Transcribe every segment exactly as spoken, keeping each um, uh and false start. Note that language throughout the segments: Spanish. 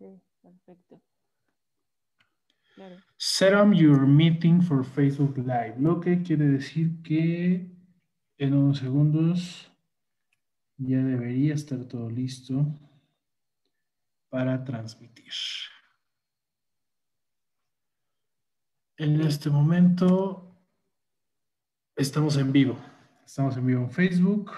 perfecto. Claro. Set up your meeting for Facebook Live, lo que quiere decir que en unos segundos ya debería estar todo listo para transmitir. En este momento estamos en vivo. Estamos en vivo en Facebook.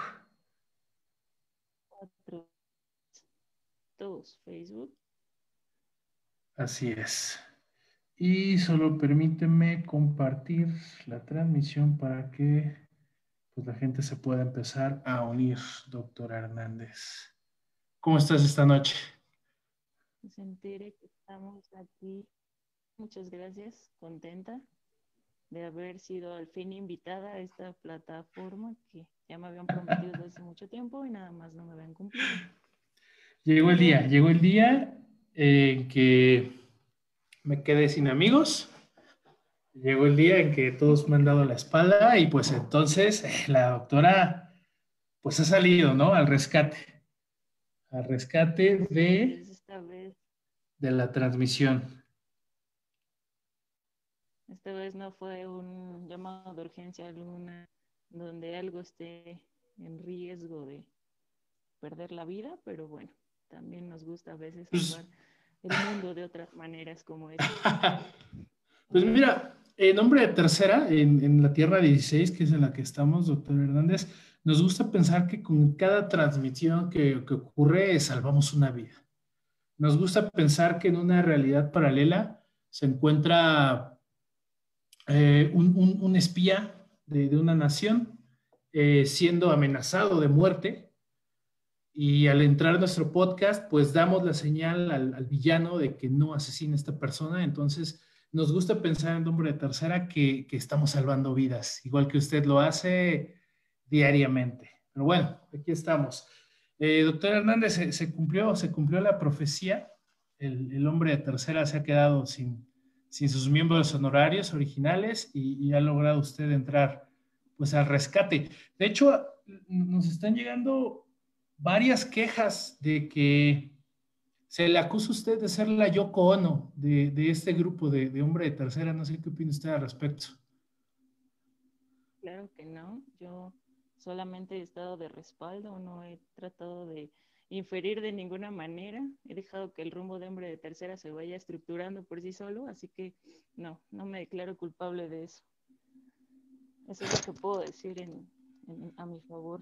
Cuatro, dos, Facebook. Así es. Y solo permíteme compartir la transmisión para que pues, la gente se pueda empezar a unir, doctora Hernández. ¿Cómo estás esta noche? Se entere que estamos aquí. Muchas gracias, contenta de haber sido al fin invitada a esta plataforma que ya me habían prometido desde hace mucho tiempo y nada más no me habían cumplido. Llegó el Pero día, llegó el día en que me quedé sin amigos. Llegó el día en que todos me han dado la espalda y pues entonces eh, la doctora pues ha salido, ¿no? Al rescate, al rescate así de, es, esta vez, de la transmisión. esta vez no fue un llamado de urgencia alguna donde algo esté en riesgo de perder la vida, pero bueno, también nos gusta a veces Pues, salvar el mundo de otras maneras como esta. pues mira, en nombre de tercera, en, en la Tierra dieciséis, que es en la que estamos, doctor Hernández, nos gusta pensar que con cada transmisión que, que ocurre salvamos una vida. Nos gusta pensar que en una realidad paralela se encuentra eh, un, un, un, espía de, de una nación eh, siendo amenazado de muerte y al entrar a nuestro podcast pues damos la señal al, al villano de que no asesine a esta persona. Entonces nos gusta pensar en nombre de tercera que, que estamos salvando vidas, igual que usted lo hace diariamente. Pero bueno, aquí estamos. Eh, doctor Hernández, se, se, cumplió, se cumplió la profecía. El, el hombre de tercera se ha quedado sin, sin sus miembros honorarios originales y, y ha logrado usted entrar pues al rescate. De hecho, nos están llegando varias quejas de que se le acusa a usted de ser la Yoko Ono de, de este grupo de, de hombre de tercera. No sé qué opina usted al respecto. Claro que no, yo solamente he estado de respaldo, no he tratado de inferir de ninguna manera, he dejado que el rumbo de hombre de tercera se vaya estructurando por sí solo, así que no, no me declaro culpable de eso. Eso es lo que puedo decir en, en, a mi favor.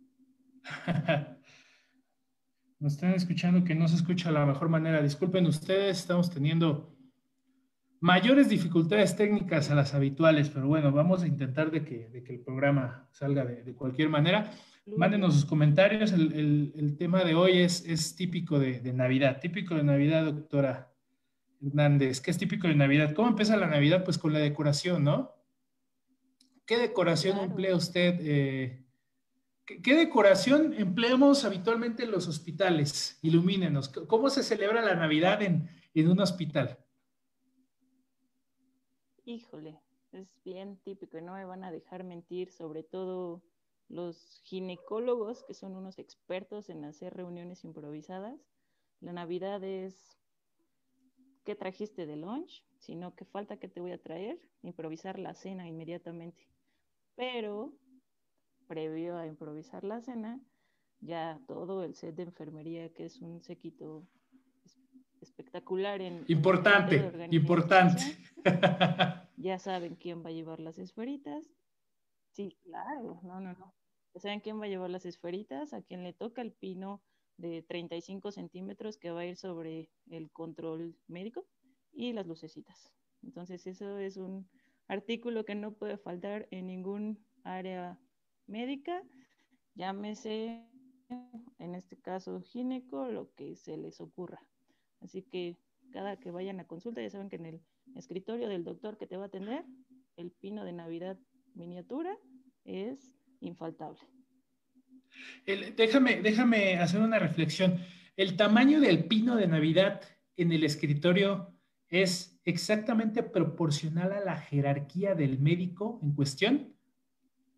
Nos están escuchando que no se escucha de la mejor manera. Disculpen ustedes, estamos teniendo mayores dificultades técnicas a las habituales, pero bueno, vamos a intentar de que, de que el programa salga de, de cualquier manera. Mándenos sus comentarios. El, el, el tema de hoy es, es típico de, de Navidad, típico de Navidad, doctora Hernández. ¿Qué es típico de Navidad? ¿Cómo empieza la Navidad? Pues con la decoración, ¿no? ¿Qué decoración Claro. emplea usted? Eh, ¿qué, ¿Qué decoración empleamos habitualmente en los hospitales? Ilumínenos. ¿Cómo se celebra la Navidad en, en un hospital? Híjole, es bien típico y no me van a dejar mentir, sobre todo los ginecólogos, que son unos expertos en hacer reuniones improvisadas. La Navidad es ¿qué trajiste de lunch? Sino que falta que te voy a traer, improvisar la cena inmediatamente. Pero previo a improvisar la cena, ya todo el set de enfermería, que es un séquito espectacular en, Importante, en de importante. Ya saben quién va a llevar las esferitas. Sí, claro, no, no, no. Ya saben quién va a llevar las esferitas, a quien le toca el pino de treinta y cinco centímetros que va a ir sobre el control médico y las lucecitas. Entonces eso es un artículo que no puede faltar en ningún área médica, llámese en este caso gineco, lo que se les ocurra. Así que cada que vayan a consulta ya saben que en el escritorio del doctor que te va a atender, el pino de Navidad miniatura es infaltable. El, déjame, déjame hacer una reflexión. ¿El tamaño del pino de Navidad en el escritorio es exactamente proporcional a la jerarquía del médico en cuestión?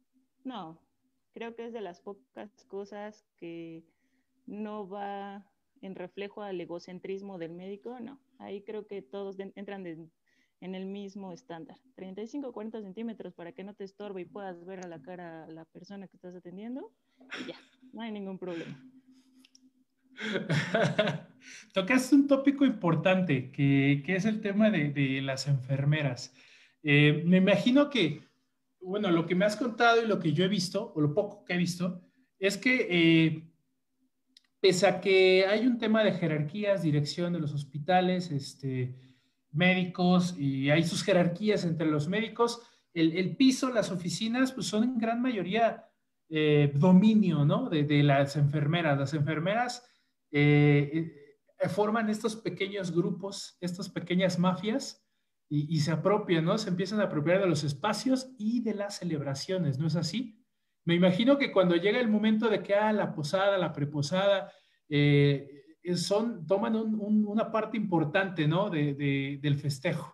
No, creo que es de las pocas cosas que no va en reflejo al egocentrismo del médico, no. Ahí creo que todos de, entran de, en el mismo estándar. treinta y cinco a cuarenta centímetros para que no te estorbe y puedas ver a la cara a la persona que estás atendiendo y ya, no hay ningún problema. Tocaste un tópico importante, que, que es el tema de, de las enfermeras. Eh, me imagino que, bueno, lo que me has contado y lo que yo he visto, o lo poco que he visto, es que eh, pese a que hay un tema de jerarquías, dirección de los hospitales, este, médicos, y hay sus jerarquías entre los médicos, el, el piso, las oficinas, pues son en gran mayoría eh, dominio, ¿no? De, de, las enfermeras. Las enfermeras eh, eh, forman estos pequeños grupos, estas pequeñas mafias, y, y se apropian, ¿no? Se empiezan a apropiar de los espacios y de las celebraciones, ¿no es así? Me imagino que cuando llega el momento de que ah, la posada, la preposada, eh, son, toman un, un, una parte importante, ¿no? De, de, del festejo.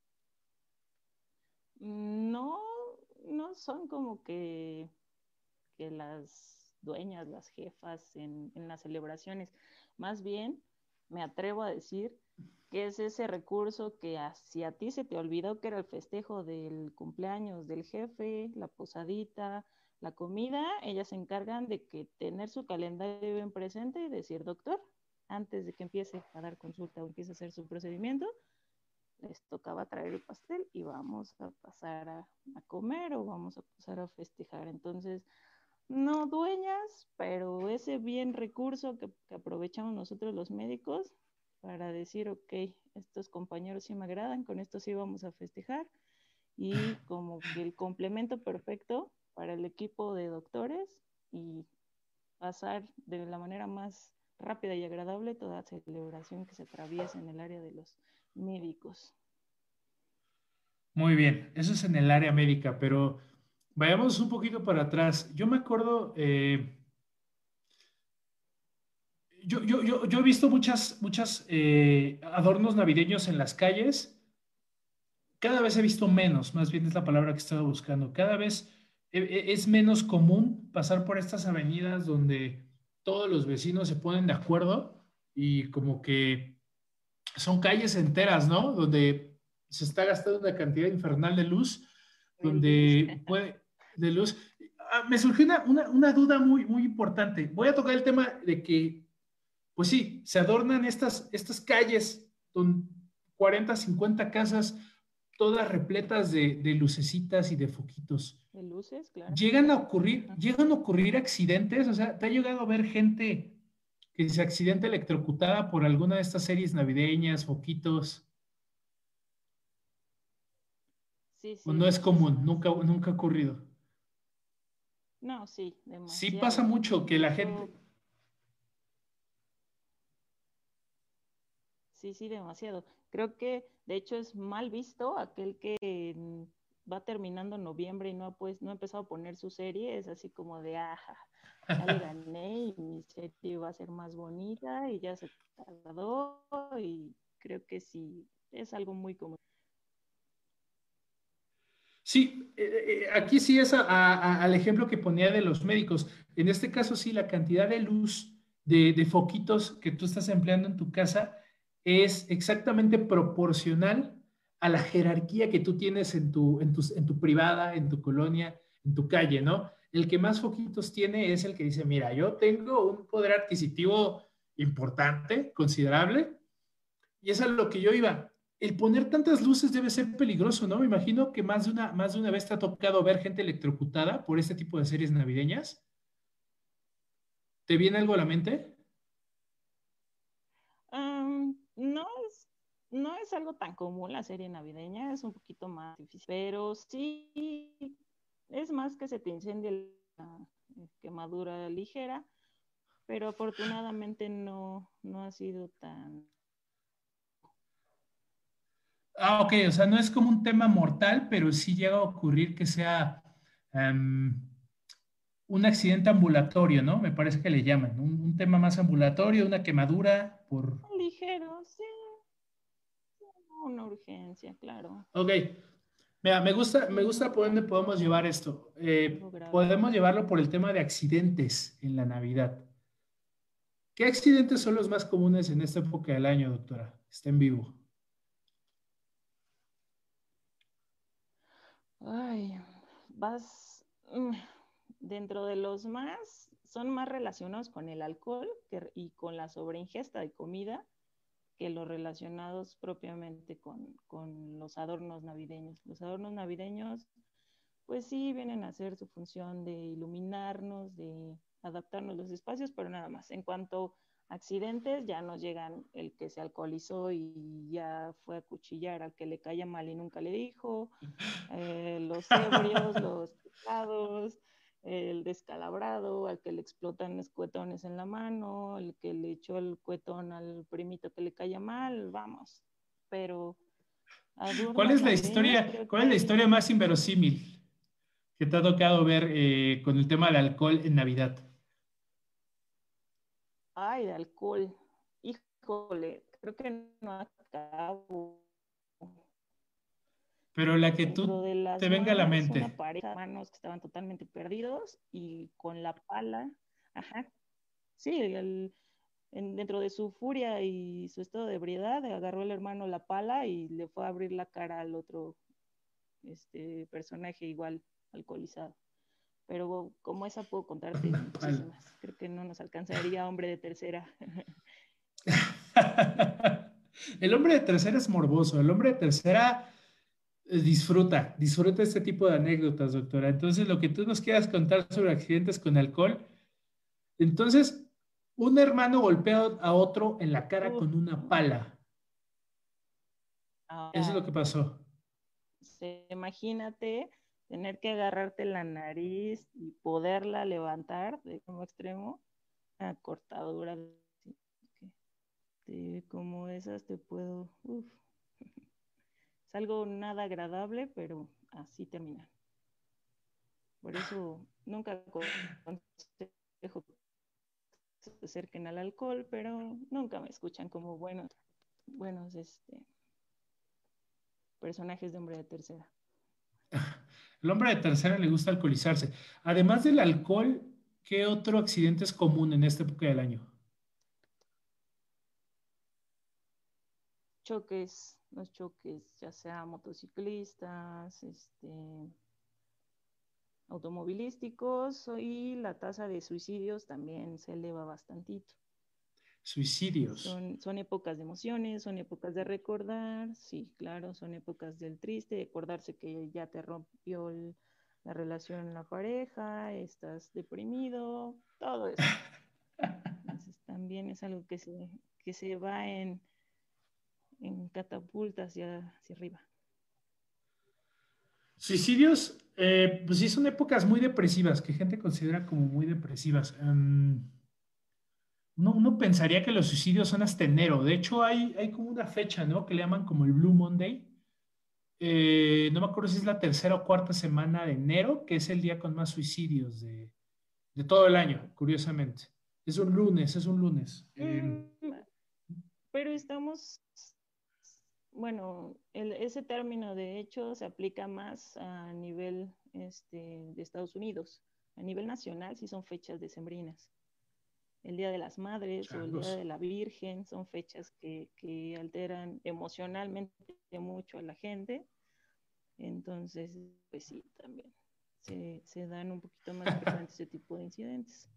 No, no son como que, que las dueñas, las jefas en, en las celebraciones. Más bien, me atrevo a decir que es ese recurso que si a ti se te olvidó que era el festejo del cumpleaños del jefe, la posadita, la comida, ellas se encargan de que tener su calendario bien presente y decir, doctor, antes de que empiece a dar consulta o empiece a hacer su procedimiento, les tocaba traer el pastel y vamos a pasar a, a comer o vamos a pasar a festejar. Entonces, no dueñas, pero ese bien recurso que, que aprovechamos nosotros los médicos para decir, ok, estos compañeros sí me agradan, con esto sí vamos a festejar, y como que el complemento perfecto para el equipo de doctores y pasar de la manera más rápida y agradable toda celebración que se atraviesa en el área de los médicos. Muy bien, eso es en el área médica, pero vayamos un poquito para atrás. Yo me acuerdo, eh, yo, yo, yo, yo he visto muchas, muchas eh, adornos navideños en las calles. Cada vez he visto menos, más bien es la palabra que estaba buscando. Cada vez es menos común pasar por estas avenidas donde todos los vecinos se ponen de acuerdo y como que son calles enteras, ¿no? Donde se está gastando una cantidad infernal de luz, donde puede, de luz. Ah, me surgió una, una, una duda muy, muy importante. Voy a tocar el tema de que, pues sí, se adornan estas, estas calles con cuarenta, cincuenta casas, todas repletas de, de lucecitas y de foquitos. De luces, claro. Llegan a ocurrir, llegan a ocurrir accidentes, o sea, ¿te ha llegado a ver gente que se accidente electrocutada por alguna de estas series navideñas, foquitos? Sí, ¿O sí, no es común? muchísimas. Nunca, nunca ha ocurrido. No, sí, Sí demasiado. pasa mucho que la Incluso, gente... sí, sí, demasiado. Creo que de hecho es mal visto aquel que mm, va terminando noviembre y no ha, pues, no ha empezado a poner su serie. Es así como de, ajá, ya le gané y mi serie va a ser más bonita y ya se tardó, y creo que sí, es algo muy común. Sí, eh, eh, aquí sí es a, a, al ejemplo que ponía de los médicos. En este caso sí, la cantidad de luz de, de foquitos que tú estás empleando en tu casa es exactamente proporcional a la jerarquía que tú tienes en tu, en tu, en tu privada, en tu colonia, en tu calle, ¿no? El que más foquitos tiene es el que dice, mira, yo tengo un poder adquisitivo importante, considerable, y es a lo que yo iba. El poner tantas luces debe ser peligroso, ¿no? Me imagino que más de una, más de una vez te ha tocado ver gente electrocutada por este tipo de series navideñas. ¿Te viene algo a la mente? Um, no es, no es algo tan común la serie navideña, es un poquito más difícil, pero sí es más que se te incendie la quemadura ligera, pero afortunadamente no, no ha sido tan... Ah, ok, o sea, no es como un tema mortal, pero sí llega a ocurrir que sea um, un accidente ambulatorio, ¿no? Me parece que le llaman, un, un tema más ambulatorio, una quemadura por... Ligero, sí, una urgencia, claro. Ok, mira, me gusta, me gusta por dónde podemos llevar esto. Eh, Algo grave. podemos llevarlo por el tema de accidentes en la Navidad. ¿Qué accidentes son los más comunes en esta época del año, doctora? Está en vivo. Ay, vas mm, dentro de los más, son más relacionados con el alcohol que, y con la sobreingesta de comida que los relacionados propiamente con, con los adornos navideños. Los adornos navideños, pues sí, vienen a hacer su función de iluminarnos, de adaptarnos los espacios, pero nada más. En cuanto a accidentes, ya nos llegan el que se alcoholizó y ya fue a cuchillar al que le caía mal y nunca le dijo, eh, los ebrios, los pecados, el descalabrado, al que le explotan escuetones en la mano, el que le echó el cuetón al primito que le caía mal, vamos. Pero ¿Cuál adornos es la navideños historia, creo que cuál es la hay, historia más inverosímil que te ha tocado ver eh, con el tema del alcohol en Navidad? ay, de alcohol. Híjole, creo que no acabo. Pero la que Dentro tú de te las venga a la más, una mente. pareja de hermanos que estaban totalmente perdidos y con la pala, ajá, sí, el, en, dentro de su furia y su estado de ebriedad, agarró el hermano la pala y le fue a abrir la cara al otro este, personaje igual alcoholizado. Pero como esa puedo contarte Una pala. muchísimas. Creo que no nos alcanzaría hombre de tercera. El hombre de tercera es morboso. El hombre de tercera eh, disfruta, disfruta este tipo de anécdotas, doctora. Entonces, lo que tú nos quieras contar sobre accidentes con alcohol, entonces, un hermano golpea a otro en la cara Uf, con una no. pala. Eso es lo Ahora, que pasó. se, imagínate tener que agarrarte la nariz y poderla levantar de como extremo a cortadura. De, como esas te puedo. Uf. Es algo nada agradable, pero así termina. Por eso nunca aconsejo que se acerquen al alcohol, pero nunca me escuchan como buenos, buenos este, personajes de hombre de tercera. El hombre de tercera le gusta alcoholizarse. Además del alcohol, ¿qué otro accidente es común en esta época del año? Choques, los choques, ya sea motociclistas, este, automovilísticos y la tasa de suicidios también se eleva bastantito. Suicidios. Son, son épocas de emociones, son épocas de recordar, sí, claro, son épocas del triste, de acordarse que ya te rompió el, la relación en la pareja, estás deprimido, todo eso. Entonces también es algo que se, que se va en, en catapulta hacia, hacia arriba. Suicidios, eh, pues sí, son épocas muy depresivas, que gente considera como muy depresivas. Um, uno, uno pensaría que los suicidios son hasta enero. De hecho, hay, hay como una fecha, ¿no? Que le llaman como el Blue Monday. Eh, no me acuerdo si es la tercera o cuarta semana de enero, que es el día con más suicidios de, de todo el año, curiosamente. Es un lunes, es un lunes. Eh, Mm, pero estamos, bueno, el, ese término de hecho se aplica más a nivel este, de Estados Unidos. A nivel nacional sí son fechas decembrinas. El Día de las Madres o el Día changos. de la Virgen son fechas que, que alteran emocionalmente mucho a la gente. Entonces, pues sí, también se, se dan un poquito más frecuentes ese tipo de incidentes.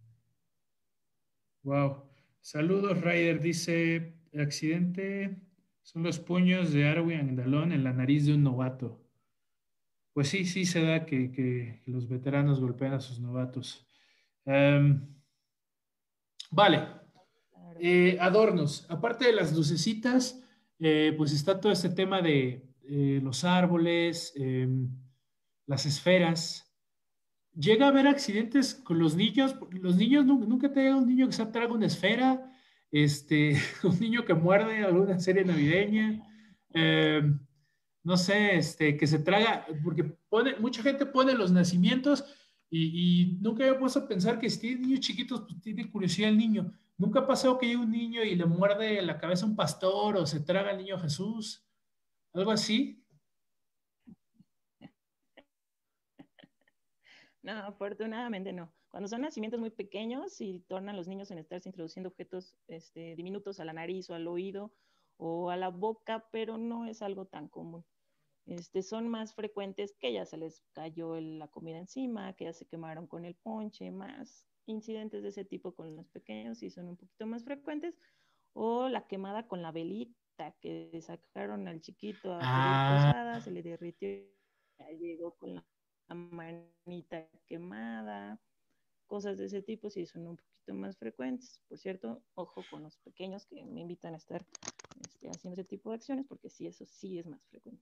Wow. Saludos, Ryder. Dice, el accidente son los puños de Arwin Andalón en la nariz de un novato. Pues sí, sí se da que, que los veteranos golpean a sus novatos. Um, vale. Claro. Eh, adornos. Aparte de las lucecitas, eh, pues está todo este tema de eh, los árboles, eh, las esferas. Llega a haber accidentes con los niños. Los niños, nunca, nunca te llega un niño que se traga una esfera, este, un niño que muerde alguna serie navideña. Eh, no sé, este, que se traga, porque pone, mucha gente pone los nacimientos y, y nunca había puesto a pensar que si tiene niños chiquitos, pues tiene curiosidad el niño. Nunca ha pasado que haya un niño y le muerde la cabeza a un pastor o se traga al niño Jesús, algo así. No, afortunadamente no. Cuando son nacimientos muy pequeños y tornan los niños en estarse introduciendo objetos este, diminutos a la nariz o al oído o a la boca, pero no es algo tan común. Este, son más frecuentes que ya se les cayó el, la comida encima, que ya se quemaron con el ponche, más incidentes de ese tipo con los pequeños y son un poquito más frecuentes, o la quemada con la velita, que sacaron al chiquito a pedir Ah, posada, se le derritió, ya llegó con la manita quemada, cosas de ese tipo sí son un poquito más frecuentes. Por cierto, ojo con los pequeños que me invitan a estar este, haciendo ese tipo de acciones, porque sí, eso sí es más frecuente.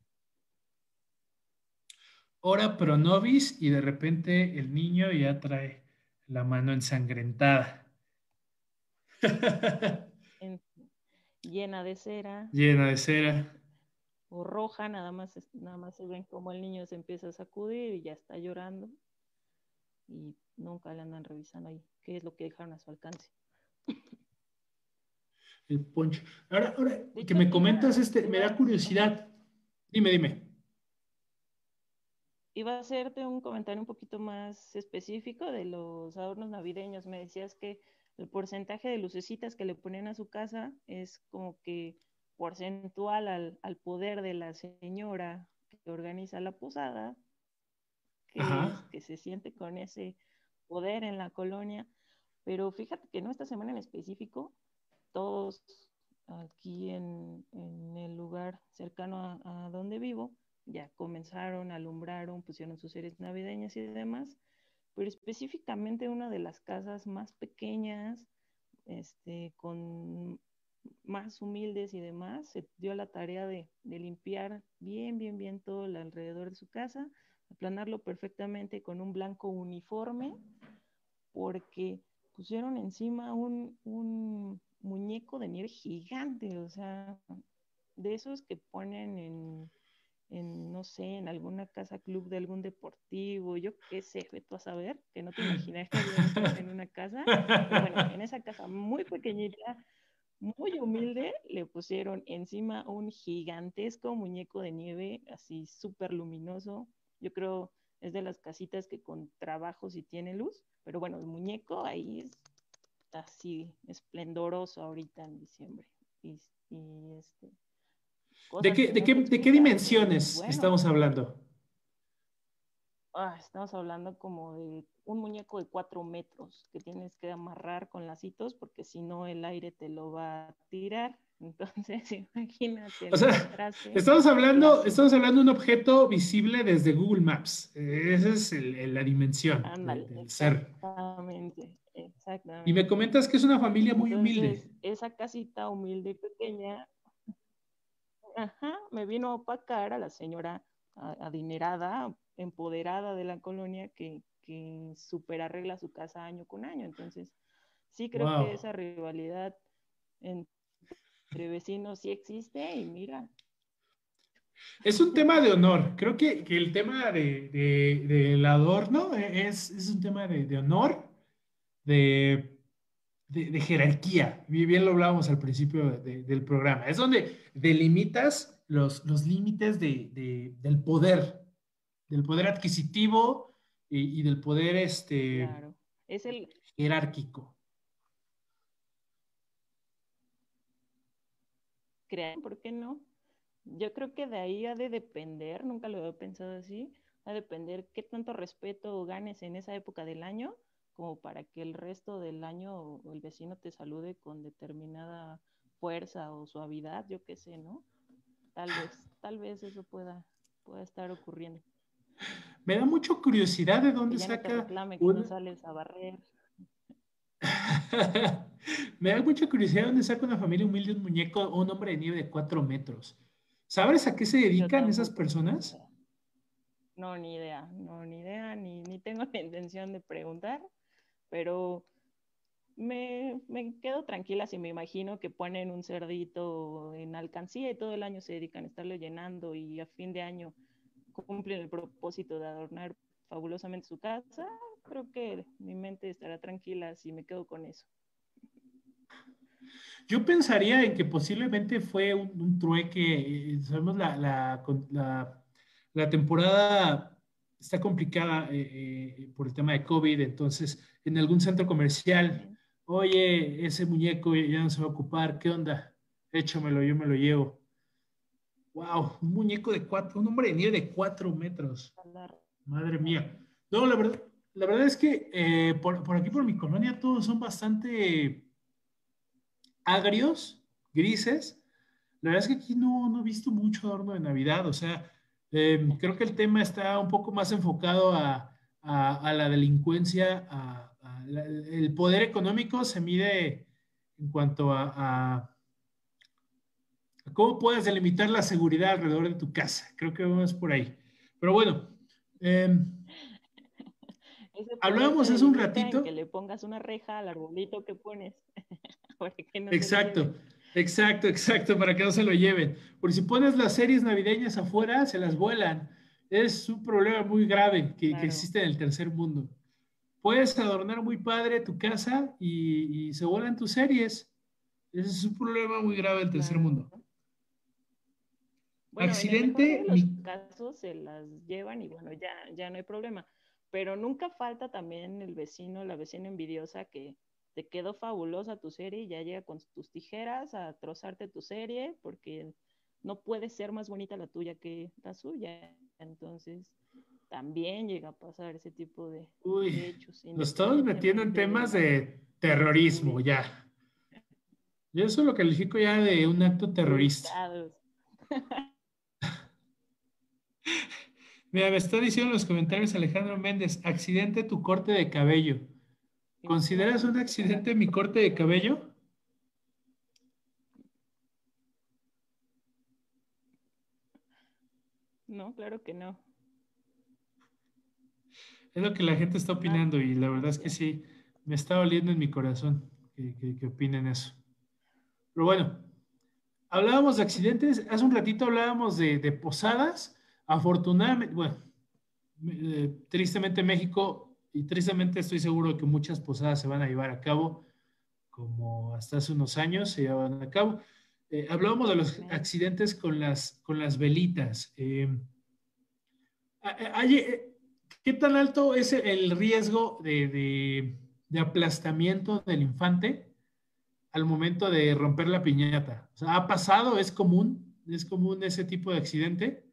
ora pro nobis y de repente el niño ya trae la mano ensangrentada. En, llena de cera. Llena de cera. O roja, nada más, nada más se ven como el niño se empieza a sacudir y ya está llorando y nunca le andan revisando ahí qué es lo que dejaron a su alcance. El poncho. Ahora, ahora De que hecho, me te comentas, iba, este, te me iba, da ajá, curiosidad. Dime, dime. iba a hacerte un comentario un poquito más específico de los adornos navideños. Me decías que el porcentaje de lucecitas que le ponen a su casa es como que porcentual al, al poder de la señora que organiza la posada, que, es, Ajá. que se siente con ese poder en la colonia. Pero fíjate que no, esta semana en específico, todos aquí en, en el lugar cercano a, a, donde vivo, ya comenzaron, alumbraron, pusieron sus series navideñas y demás, pero específicamente una de las casas más pequeñas, este, con más humildes y demás, se dio la tarea de, de limpiar bien, bien, bien todo el alrededor de su casa, aplanarlo perfectamente con un blanco uniforme, porque pusieron encima un, un muñeco de nieve gigante, o sea, de esos que ponen en, en, no sé, en alguna casa club de algún deportivo, yo qué sé, tú a saber, que no te imaginarías ver en, en una casa, pero bueno, en esa casa muy pequeñita, muy humilde, le pusieron encima un gigantesco muñeco de nieve, así súper luminoso. Yo creo es de las casitas que con trabajo sí tiene luz, pero bueno, el muñeco ahí es así esplendoroso ahorita en diciembre. Y, y este, ¿De cosas qué, que de no qué, te de qué explicas, pero pues dimensiones bueno, estamos hablando? ah, estamos hablando como de un muñeco de cuatro metros que tienes que amarrar con lacitos porque si no el aire te lo va a tirar. Entonces, imagínate O el sea, contraste estamos que hablando, hace. estamos hablando de un objeto visible desde Google Maps. Eh, Esa es el- el- la dimensión de- Ándale, del ser. exactamente, Y me exactamente. comentas que es una familia muy humilde. Entonces, esa casita humilde y pequeña, ajá, me vino a opacar a la señora adinerada, empoderada de la colonia que, que super arregla su casa año con año. Entonces, sí creo que Wow. esa rivalidad entre vecinos sí existe y mira. Es un tema de honor. Creo que, que el tema de, de- del adorno es, es un tema de, de honor, de, de- de jerarquía. Bien bien lo hablábamos al principio de- del programa. Es donde delimitas los, los límites de, de- del poder, del poder adquisitivo y, y del poder este, Claro, es el, jerárquico. crear, ¿por qué no? Yo creo que de ahí ha de depender, nunca lo había pensado así, ha de depender qué tanto respeto ganes en esa época del año, como para que el resto del año o el vecino te salude con determinada fuerza o suavidad, yo qué sé, ¿no? Tal vez, tal vez eso pueda, pueda estar ocurriendo. Me da mucha curiosidad de Que dónde ya no te saca reclame que no un... sales a barrer. Me da mucha curiosidad dónde saca una familia humilde un muñeco o un hombre de nieve de cuatro metros. ¿Sabes a qué se Yo dedican esas tampoco, ni personas? idea. No, ni idea, no, ni idea, ni, ni tengo la intención de preguntar, pero me, me quedo tranquila si me imagino que ponen un cerdito en alcancía y todo el año se dedican a estarlo llenando y a fin de año cumplen el propósito de adornar fabulosamente su casa. Creo que mi mente estará tranquila si me quedo con eso. Yo pensaría en que posiblemente fue un, un trueque, eh, sabemos la, la, con- la- la temporada está complicada eh, eh, por el tema de COVID, entonces en algún centro comercial, oye, ese muñeco ya no se va a ocupar, ¿qué onda? Échamelo, yo me lo llevo. Wow, un muñeco de cuatro, un hombre de nieve de cuatro metros. Madre mía. No, la verdad, la verdad es que eh, por, por aquí, por mi colonia, todos son bastante agrios, grises. La verdad es que aquí no, no he visto mucho adorno de Navidad, o sea, eh, creo que el tema está un poco más enfocado a, a- a la delincuencia, a- a la- el poder económico se mide en cuanto a, a- a cómo puedes delimitar la seguridad alrededor de tu casa. Creo que vamos por ahí. Pero bueno, eh, Ese poder se hablábamos hace un delimita en que ratito. le pongas una reja al arbolito que pones para que no se lo Exacto, lleven. exacto, exacto, para que no se lo lleven. Porque si pones las series navideñas afuera, se las vuelan. Es un problema muy grave que, que Claro, existe en el tercer mundo. Puedes adornar muy padre tu casa y, y se vuelan tus series. Ese es un problema muy grave del tercer claro. mundo. Bueno, en el mejor de Accidente, los mi... casos se las llevan y bueno, ya, ya no hay problema. Pero nunca falta también el vecino, la vecina envidiosa que te quedó fabulosa tu serie y ya llega con tus tijeras a trozarte tu serie porque no puede ser más bonita la tuya que la suya. Entonces, también llega a pasar ese tipo de, Uy, de hechos, nos estamos metiendo en independientemente de temas la, de de la terrorismo seguridad. ya. Yo eso lo califico ya de un acto terrorista. Ubicados. Mira, me está diciendo en los comentarios Alejandro Méndez, accidente tu corte de cabello. ¿Consideras un accidente mi corte de cabello? No, claro que no. Es lo que la gente está Nada opinando y la verdad es que especial. sí, me está doliendo en mi corazón que, que, que opinen eso. Pero bueno, hablábamos de accidentes, hace un ratito hablábamos de, de posadas. Afortunadamente, bueno, eh, tristemente México, y tristemente estoy seguro que muchas posadas se van a llevar a cabo, como hasta hace unos años se llevaban a cabo. Eh, hablábamos de los Amén. accidentes con las, con las velitas. Eh, hay, eh, ¿qué tan alto es el riesgo de, de, de aplastamiento del infante al momento de romper la piñata? O sea, ¿ha pasado? ¿Es común? ¿Es común ese tipo de accidente?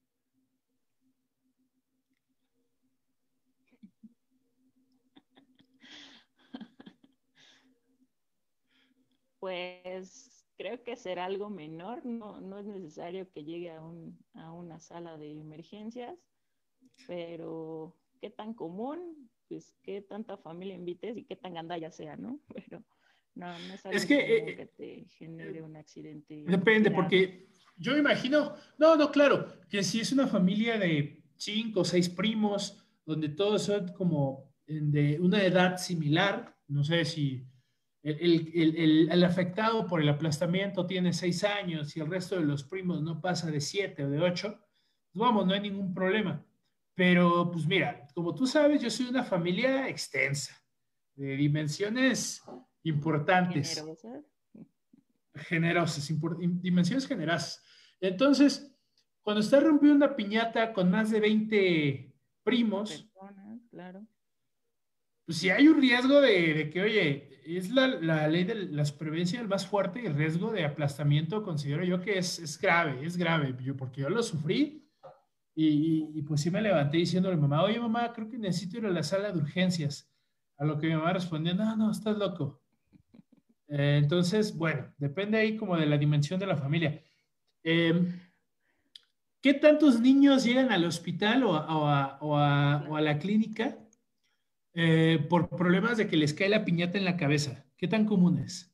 Pues creo que será algo menor, no, no es necesario que llegue a, un, a una sala de emergencias, pero qué tan común, pues qué tanta familia invites y qué tan gandalla sea, ¿no? Pero no, no es Es algo que común eh, que te genere eh, un accidente depende, grave. porque yo me imagino, no, no, claro, que si es una familia de cinco o seis primos, donde todos son como de una edad similar, no sé si el, el, el, el afectado por el aplastamiento tiene seis años y el resto de los primos no pasa de siete o de ocho, pues vamos, no hay ningún problema. Pero pues mira, como tú sabes, yo soy una familia extensa, de dimensiones importantes Generosa. generosas, dimensiones generosas. Entonces, cuando está rompiendo una piñata con más de veinte primos, Personas, claro. pues si hay un riesgo de, de que, oye, es la, la, ley de la supervivencia el más fuerte y el riesgo de aplastamiento considero yo que es, es grave, es grave, yo, porque yo lo sufrí y, y, y, pues sí me levanté diciéndole a mi mamá, oye mamá, creo que necesito ir a la sala de urgencias. A lo que mi mamá respondió, no, no, estás loco. Eh, entonces, bueno, depende ahí como de la dimensión de la familia. Eh, ¿Qué tantos niños llegan al hospital o a, o a, o a, o a la clínica eh, por problemas de que les cae la piñata en la cabeza? ¿Qué tan común es?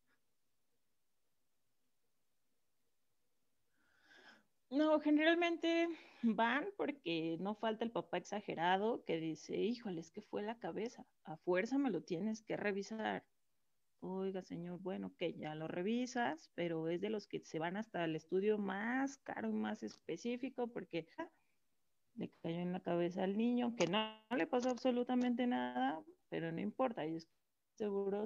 No, generalmente van porque no falta el papá exagerado que dice, híjole, es que fue la cabeza, a fuerza me lo tienes que revisar. Oiga, señor, bueno, que ya lo revisas, pero es de los que se van hasta el estudio más caro y más específico porque le cayó en la cabeza al niño, que no, no le pasó absolutamente nada, pero no importa, ellos seguros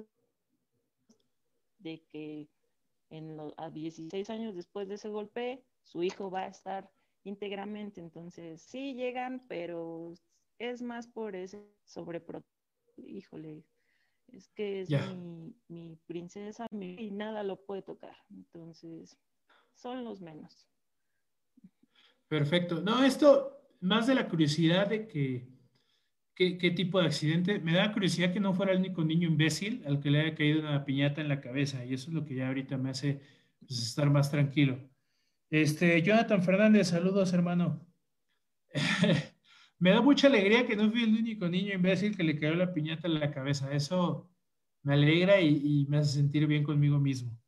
de que en lo, a dieciséis años después de ese golpe, su hijo va a estar íntegramente. Entonces, sí llegan, pero es más por ese sobreprotección. Híjole, es que es Ya, mi, mi princesa mi, y nada lo puede tocar. Entonces, son los menos. perfecto. No, esto, más de la curiosidad de que, qué, qué tipo de accidente, me da curiosidad que no fuera el único niño imbécil al que le haya caído una piñata en la cabeza, y eso es lo que ya ahorita me hace pues, estar más tranquilo. Este, Jonathan Fernández, saludos, hermano. Me da mucha alegría que no fui el único niño imbécil que le cayó la piñata en la cabeza. Eso me alegra y, y me hace sentir bien conmigo mismo.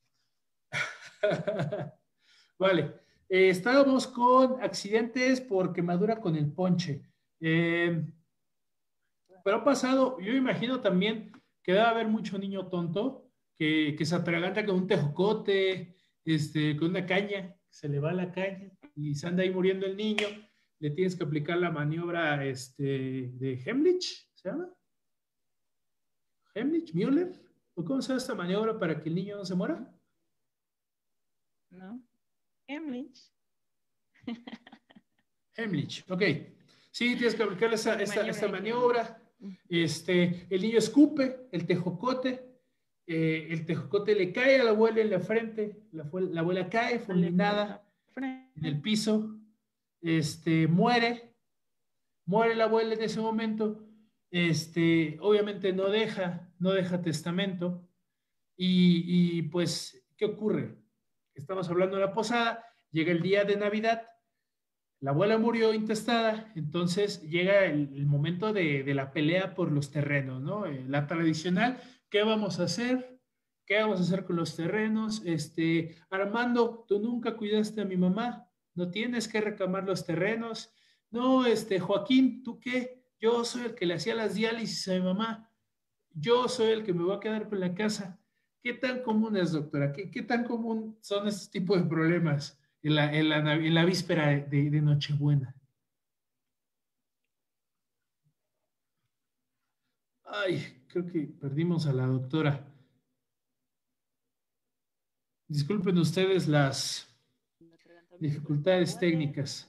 Vale, eh, estábamos con accidentes por quemadura con el ponche. Eh, pero ha pasado, yo imagino también que debe haber mucho niño tonto que, que se atraganta con un tejocote, este, con una caña, se le va la caña y se anda ahí muriendo el niño. Le tienes que aplicar la maniobra este, de Heimlich, ¿se llama? Heimlich, Müller. ¿O cómo se llama esta maniobra para que el niño no se muera? ¿No? Emlich. Heimlich, ok. Sí, tienes que aplicar esa, esta, Maniobra esta de maniobra. Heimlich. Este, el niño escupe el tejocote, eh, el tejocote le cae a la abuela en la frente, la, la abuela cae Sale por la fulminada en el frente. piso, este, muere, muere la abuela en ese momento, este, obviamente no deja, no deja testamento, y, y pues, ¿qué ocurre? Estamos hablando de la posada, llega el día de Navidad, la abuela murió intestada, entonces llega el, el momento de, de, la pelea por los terrenos, ¿no? Eh, la tradicional, ¿qué vamos a hacer? ¿Qué vamos a hacer con los terrenos? Este, Armando, tú nunca cuidaste a mi mamá, no tienes que reclamar los terrenos. No, este, Joaquín, ¿tú qué? Yo soy el que le hacía las diálisis a mi mamá, yo soy el que me voy a quedar con la casa. ¿Qué tan común es, doctora? ¿Qué, qué tan común son estos tipos de problemas en la, en la, en la víspera de, de Nochebuena? Ay, creo que perdimos a la doctora. Disculpen ustedes las dificultades técnicas.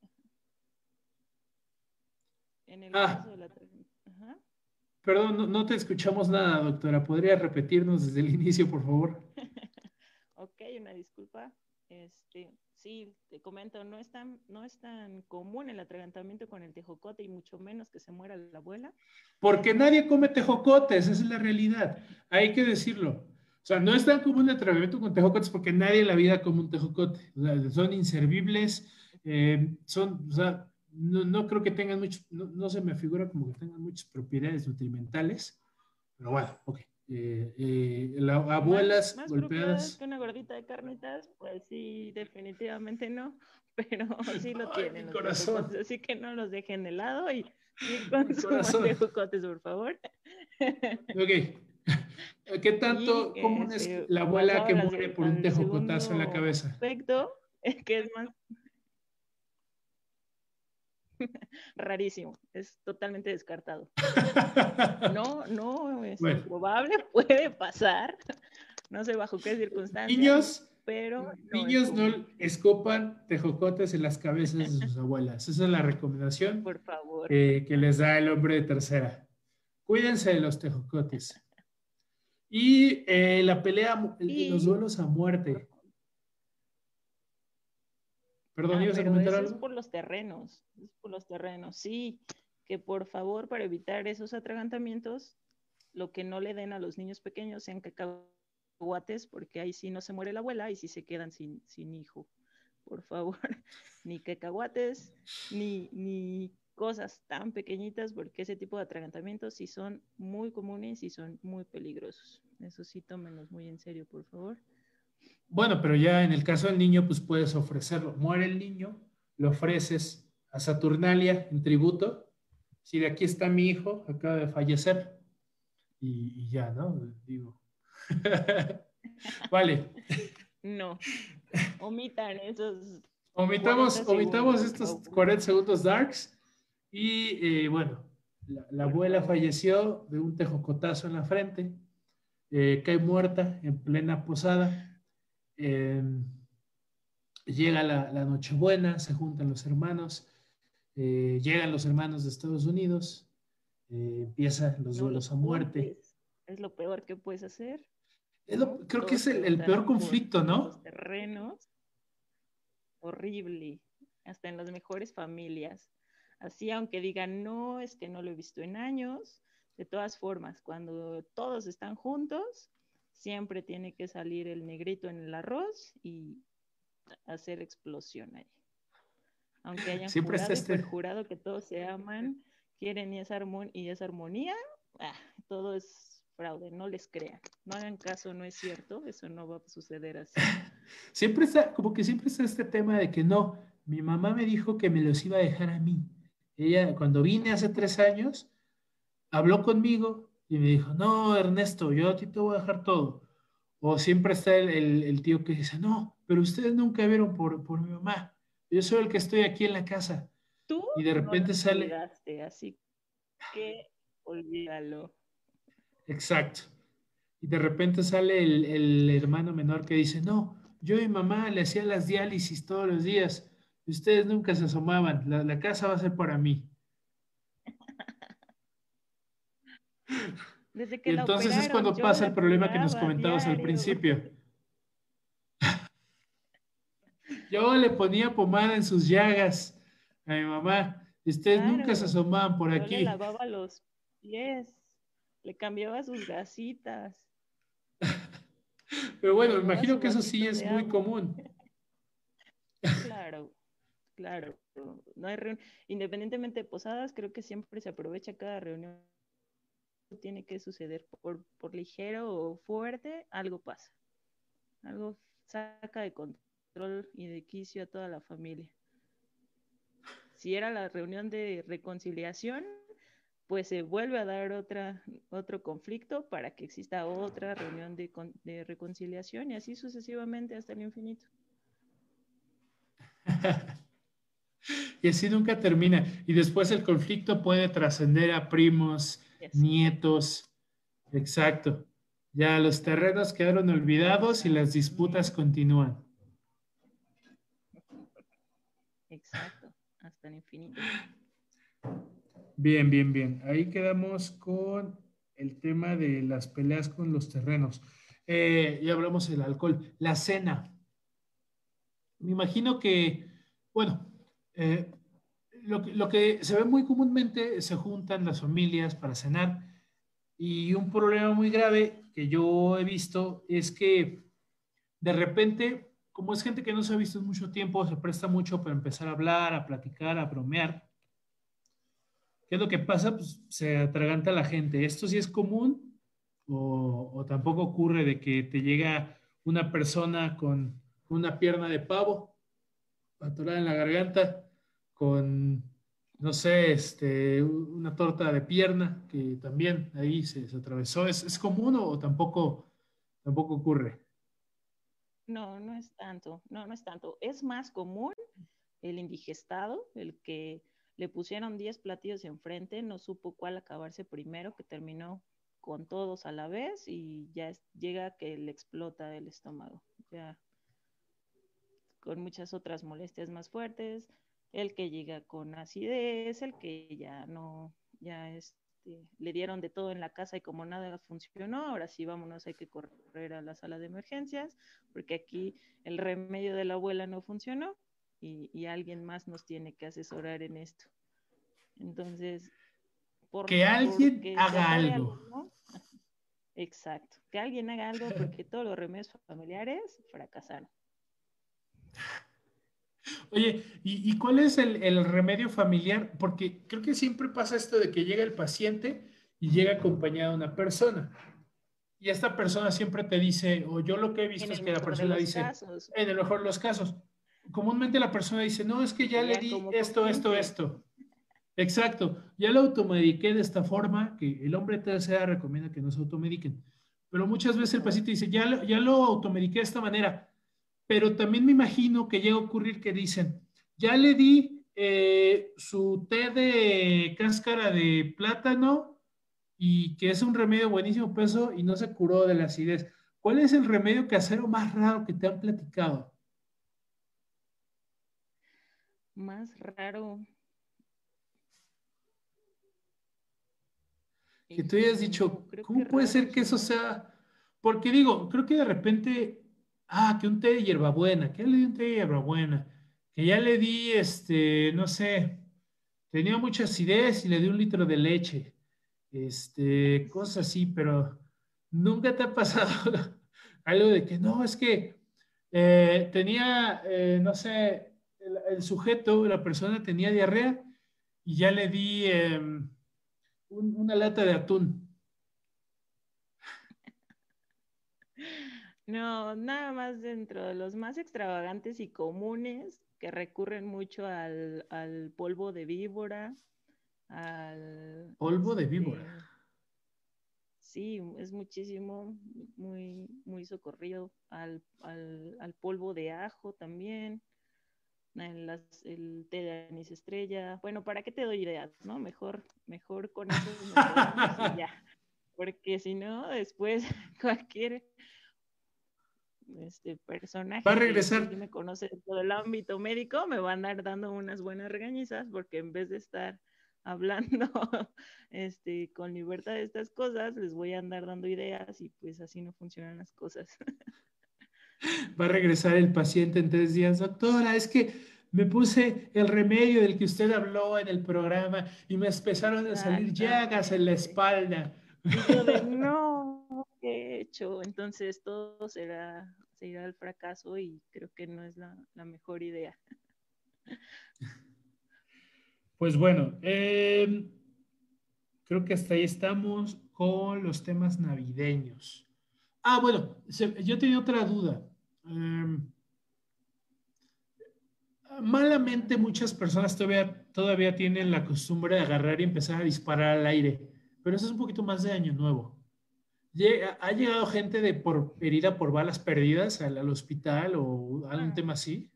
En el Ah, caso de la Ajá. perdón, no, no te escuchamos nada, doctora. ¿Podría repetirnos desde el inicio, por favor? Ok, una disculpa. Este, sí, te comento, no es tan, no es tan común el atragantamiento con el tejocote y mucho menos que se muera la abuela. Porque nadie come tejocotes, esa es la realidad. Hay que decirlo. O sea, no es tan común el atragantamiento con tejocotes porque nadie en la vida come un tejocote. O sea, son inservibles, eh, son, o sea, no, no creo que tengan mucho, no, no, se me figura como que tengan muchas propiedades nutrimentales, pero bueno, ok. Eh, eh, la, abuelas más, más golpeadas. que una gordita de carnitas, pues sí, definitivamente no, pero sí lo Ay, tienen mi los corazón. tejocotes, así que no los dejen de lado y sí consuman tejocotes, por favor. Ok. ¿Qué tanto y, común este, es la abuela que muere de, por un tejocotazo en la segundo cabeza? aspecto, que es más rarísimo, es totalmente descartado. No, no es bueno. Probable, puede pasar, no sé bajo qué circunstancias. Niños, pero no niños no escopan tejocotes en las cabezas de sus abuelas. Esa es la recomendación Por favor. Que, que les da el hombre de tercera. Cuídense de los tejocotes. Y eh, la pelea, y los duelos a muerte. Perdón, ah, ¿ibas a pero comentar eso algo? es por los terrenos, es por los terrenos, sí, que por favor para evitar esos atragantamientos, lo que no le den a los niños pequeños sean cacahuates, porque ahí sí no se muere la abuela y sí se quedan sin, sin hijo. Por favor, ni cacahuates, ni, ni cosas tan pequeñitas, porque ese tipo de atragantamientos sí son muy comunes y son muy peligrosos. Eso sí, tómenlos muy en serio, por favor. Bueno, pero ya en el caso del niño, pues puedes ofrecerlo. Muere el niño, lo ofreces a Saturnalia en tributo. Si de aquí está mi hijo, acaba de fallecer. Y, y ya, ¿no? Digo. Vale. No, omitan esos. Omitamos, omitamos segundos, estos cuarenta segundos darks. Y eh, bueno, la, la abuela favor. falleció de un tejocotazo en la frente. Eh, cae muerta en plena posada. Eh, llega la, la Nochebuena, se juntan los hermanos, eh, llegan los hermanos de Estados Unidos, eh, empiezan los No los duelos a muerte. juntes, es lo peor que puedes hacer, Es ¿no? lo, creo que Todos es el, el peor preguntarán por conflicto, los ¿no? terrenos, horrible, hasta en las mejores familias. Así, aunque digan, no, es que no lo he visto en años, de todas formas, cuando todos están juntos, siempre tiene que salir el negrito en el arroz y hacer explosión ahí. Aunque hayan Siempre está jurado y este, perjurado que todos se aman, quieren y esa, armon y esa armonía, ah, todo es fraude, no les crean. No hagan caso, no es cierto, eso no va a suceder así. siempre está, como que siempre está este tema de que no, mi mamá me dijo que me los iba a dejar a mí. Ella, cuando vine hace tres años, habló conmigo y me dijo, no, Ernesto, yo a ti te voy a dejar todo. O siempre está el, el, el tío que dice, no, pero ustedes nunca vieron por, por mi mamá. Yo soy el que estoy aquí en la casa. Tú Y de no la repente sale, cuidaste, así que olvídalo. exacto. Y de repente sale el, el hermano menor que dice, no, yo y mamá le hacía las diálisis todos los días. Y ustedes nunca se asomaban. La, la casa va a ser para mí. Desde Y que la entonces es operaron, cuando yo pasa el la problema que nos cuidaba comentabas al diario. principio. Yo le ponía pomada en sus llagas a mi mamá. Y ustedes nunca se Claro, asomaban por yo le aquí. lavaba los pies, le cambiaba sus gasitas, Pero bueno, le me llevaba imagino su que eso sí vasito es de muy agua. común. Claro, claro. No hay reun- Independientemente de posadas, creo que siempre se aprovecha cada reunión. Tiene que suceder por, por ligero o fuerte, algo pasa. Algo saca de control y de quicio a toda la familia. Si era la reunión de reconciliación, pues se vuelve a dar otra, otro conflicto para que exista otra reunión de, de reconciliación y así sucesivamente hasta el infinito. Y así nunca termina. Y después el conflicto puede trascender a primos, Y así, nietos. Exacto. Ya los terrenos quedaron olvidados y las disputas exactamente, continúan. exacto, hasta el infinito. Bien, bien, bien. Ahí quedamos con el tema de las peleas con los terrenos. Eh, ya hablamos del alcohol. La cena. Me imagino que, bueno, eh, lo, que- lo que se ve muy comúnmente, se juntan las familias para cenar y un problema muy grave que yo he visto es que de repente, como es gente que no se ha visto en mucho tiempo, se presta mucho para empezar a hablar, a platicar, a bromear. ¿Qué es lo que pasa? Pues se atraganta la gente. ¿Esto sí es común o, o tampoco ocurre de que te llega una persona con una pierna de pavo atorada en la garganta, con, no sé, este, una torta de pierna que también ahí se, se atravesó? ¿Es, es común o tampoco, tampoco ocurre? No, no es tanto, no, no es tanto. Es más común el indigestado, el que le pusieron diez platillos enfrente, no supo cuál acabarse primero, que terminó con todos a la vez y ya es, llega que le explota el estómago, ya con muchas otras molestias más fuertes, el que llega con acidez, el que ya no, ya este, le dieron de todo en la casa y como nada funcionó, ahora sí vámonos, hay que correr a la sala de emergencias, porque aquí el remedio de la abuela no funcionó y, y alguien más nos tiene que asesorar en esto. Entonces, por, Que alguien porque se haga atore algo. alguno, exacto, que alguien haga algo porque todos los remedios familiares fracasaron. Oye, ¿y, y cuál es el, el remedio familiar? Porque creo que siempre pasa esto de que llega el paciente y llega acompañado de una persona. Y esta persona siempre te dice, o yo lo que he En visto es el que la mejor de persona los dice, casos, en el mejor de los casos, comúnmente la persona dice, no, es que ya porque le ya di como con esto, esto, quince. esto. Exacto, ya lo automediqué de esta forma, que el hombre tercera recomienda que no se automediquen. Pero muchas veces el Claro. paciente dice, ya, lo- ya lo automediqué de esta manera. Pero también me imagino que llega a ocurrir que dicen, ya le di eh, su té de cáscara de plátano y que es un remedio buenísimo peso y no se curó de la acidez. ¿Cuál es el remedio casero más raro que te han platicado? Más raro. Que tú hayas Híjole, dicho, no, creo que ¿cómo puede ser raros que eso no. sea? Porque digo, creo que de repente, ah, que un té de hierbabuena, que ya le di un té de hierbabuena, que ya le di, este, no sé, tenía mucha acidez y le di un litro de leche, este, cosas así, pero nunca te ha pasado algo de que no, es que eh, tenía, eh, no sé, el, el sujeto, la persona tenía diarrea y ya le di em, un- una lata de atún. No, nada más dentro de los más extravagantes y comunes que recurren mucho al, al polvo de víbora, al, Polvo de víbora. este, sí, es muchísimo, muy, muy socorrido, al, al, al polvo de ajo también, el, las- el té de anís estrella. Bueno, ¿para qué te doy ideas, no? Mejor, mejor con eso nos quedamos y ya, porque si no, después cualquier este Va a personaje que regresar. sí me conoce de todo el ámbito médico me va a andar dando unas buenas regañizas porque en vez de estar hablando este, con libertad de estas cosas, les voy a andar dando ideas y pues así no funcionan las cosas. Va a regresar el paciente en tres días. Doctora, es que me puse el remedio del que usted habló en el programa y me empezaron a salir llagas en la Exactamente. espalda. Y yo de no, ¿qué he hecho? Entonces todo será, se irá al fracaso y creo que no es la, la mejor idea. Pues bueno, eh, creo que hasta ahí estamos con los temas navideños. Ah, bueno, se- yo tenía otra duda. Eh, Malamente muchas personas todavía, todavía tienen la costumbre de agarrar y empezar a disparar al aire, pero eso es un poquito más de Año Nuevo. Lle- ¿Ha llegado gente de por herida por balas perdidas al, al hospital o algún Ah, tema así?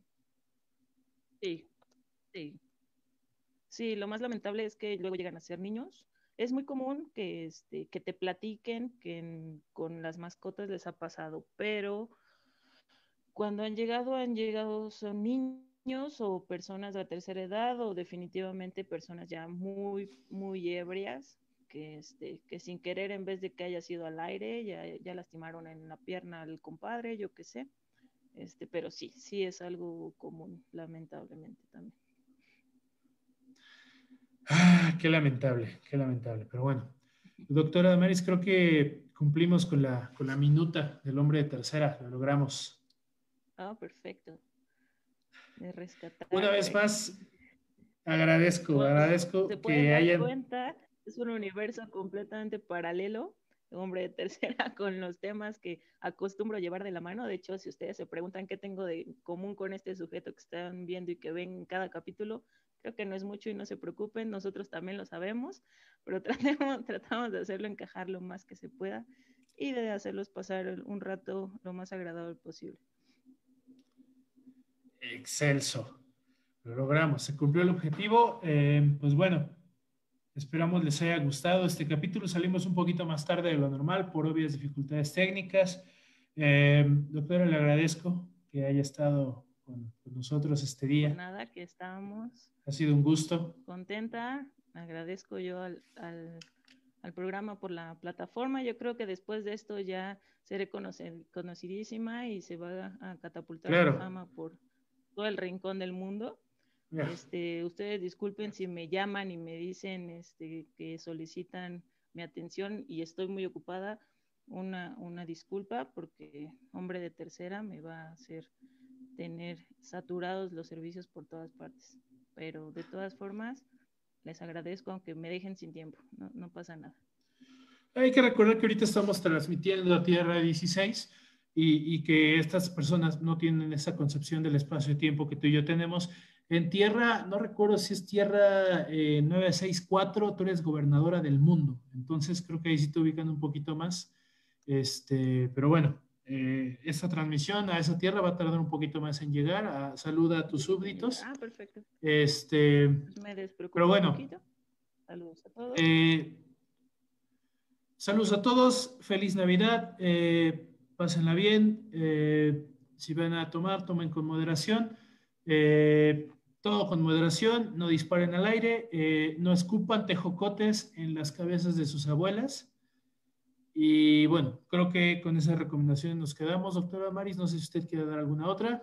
sí, sí. Sí, lo más lamentable es que luego llegan a ser niños. Es muy común que, este, que te platiquen que en- con las mascotas les ha pasado, pero cuando han llegado, han llegado, son niños o personas de la tercera edad o definitivamente personas ya muy, muy ebrias, que, este, que sin querer, en vez de que haya sido al aire, ya, ya lastimaron en la pierna al compadre, yo qué sé. Este, pero sí, sí es algo común, lamentablemente también. Ah, qué lamentable, qué lamentable. Pero bueno, doctora Damaris, creo que cumplimos con la, con la minuta del hombre de tercera, lo logramos. Ah, perfecto. De Una rescatar, vez bueno. más, agradezco, Como se agradezco pueden que dar hayan... cuenta, es un universo completamente paralelo, hombre de tercera, con los temas que acostumbro llevar de la mano. De hecho, si ustedes se preguntan qué tengo de común con este sujeto que están viendo y que ven en cada capítulo, creo que no es mucho y no se preocupen, nosotros también lo sabemos, pero tratemos, tratamos de hacerlo encajar lo más que se pueda y de hacerlos pasar un rato lo más agradable posible. Excelso, lo logramos, se cumplió el objetivo. Eh, pues bueno, esperamos les haya gustado este capítulo. Salimos un poquito más tarde de lo normal por obvias dificultades técnicas. Eh, doctora, le agradezco que haya estado con, con nosotros este Por día. nada, que estamos Ha sido un gusto. contenta, agradezco yo al, al, al, programa por la plataforma. Yo creo que después de esto ya seré conocer, conocidísima y se va a catapultar mi Claro. fama por todo el rincón del mundo. Ya. Este, ustedes disculpen si me llaman y me dicen este, que solicitan mi atención y estoy muy ocupada. Una, una disculpa porque hombre de tercera me va a hacer tener saturados los servicios por todas partes. Pero de todas formas, les agradezco aunque me dejen sin tiempo, no, no pasa nada. Hay que recordar que ahorita estamos transmitiendo a Tierra dieciséis y, y que estas personas no tienen esa concepción del espacio-tiempo que tú y yo tenemos. En Tierra, no recuerdo si es Tierra eh, nueve seis cuatro, tú eres gobernadora del mundo. Entonces creo que ahí sí te ubican un poquito más. Este, pero bueno, eh, esta transmisión a esa Tierra va a tardar un poquito más en llegar. A, saluda a tus súbditos. Ah, perfecto. Este, Pues me pero despreocupo un bueno, poquito. Saludos a todos. eh, saludos a todos, feliz Navidad, eh, pásenla bien, eh, si van a tomar, tomen con moderación. Eh, todo con moderación, no disparen al aire, eh, no escupan tejocotes en las cabezas de sus abuelas. Y bueno, creo que con esa recomendación nos quedamos, doctora Maris. No sé si usted quiere dar alguna otra.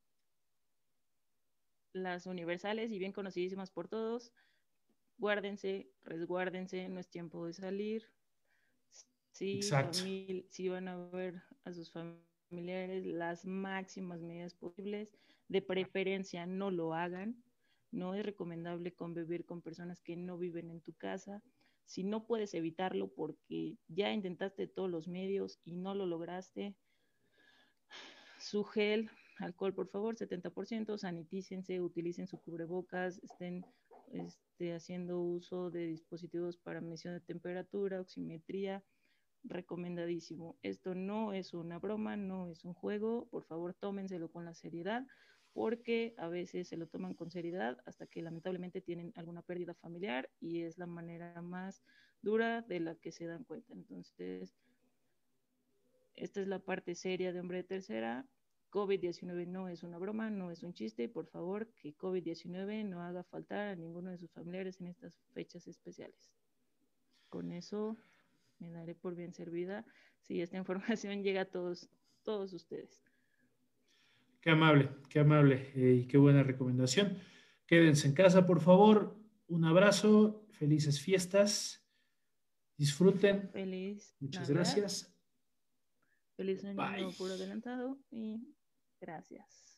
Las universales y bien conocidísimas por todos, guárdense, resguárdense, no es tiempo de salir. Si, Exacto. famili si van a ver a sus familiares, las máximas medidas posibles, de preferencia no lo hagan. No es recomendable convivir con personas que no viven en tu casa. Si no puedes evitarlo porque ya intentaste todos los medios y no lo lograste, su gel, alcohol por favor, setenta por ciento, sanitícense, utilicen su cubrebocas, estén este, haciendo uso de dispositivos para medición de temperatura, oximetría, recomendadísimo. Esto no es una broma, no es un juego, por favor tómenselo con la seriedad, porque a veces se lo toman con seriedad hasta que lamentablemente tienen alguna pérdida familiar y es la manera más dura de la que se dan cuenta. Entonces, esta es la parte seria de Hombre de Tercera. COVID diecinueve no es una broma, no es un chiste. Por favor, que COVID diecinueve no haga faltar a ninguno de sus familiares en estas fechas especiales. Con eso me daré por bien servida si esta información llega a todos, todos ustedes. Qué amable, qué amable eh, y qué buena recomendación. Quédense en casa, por favor. Un abrazo, felices fiestas. Disfruten. Feliz Muchas Navidad, gracias. feliz año Bye. nuevo por adelantado y gracias.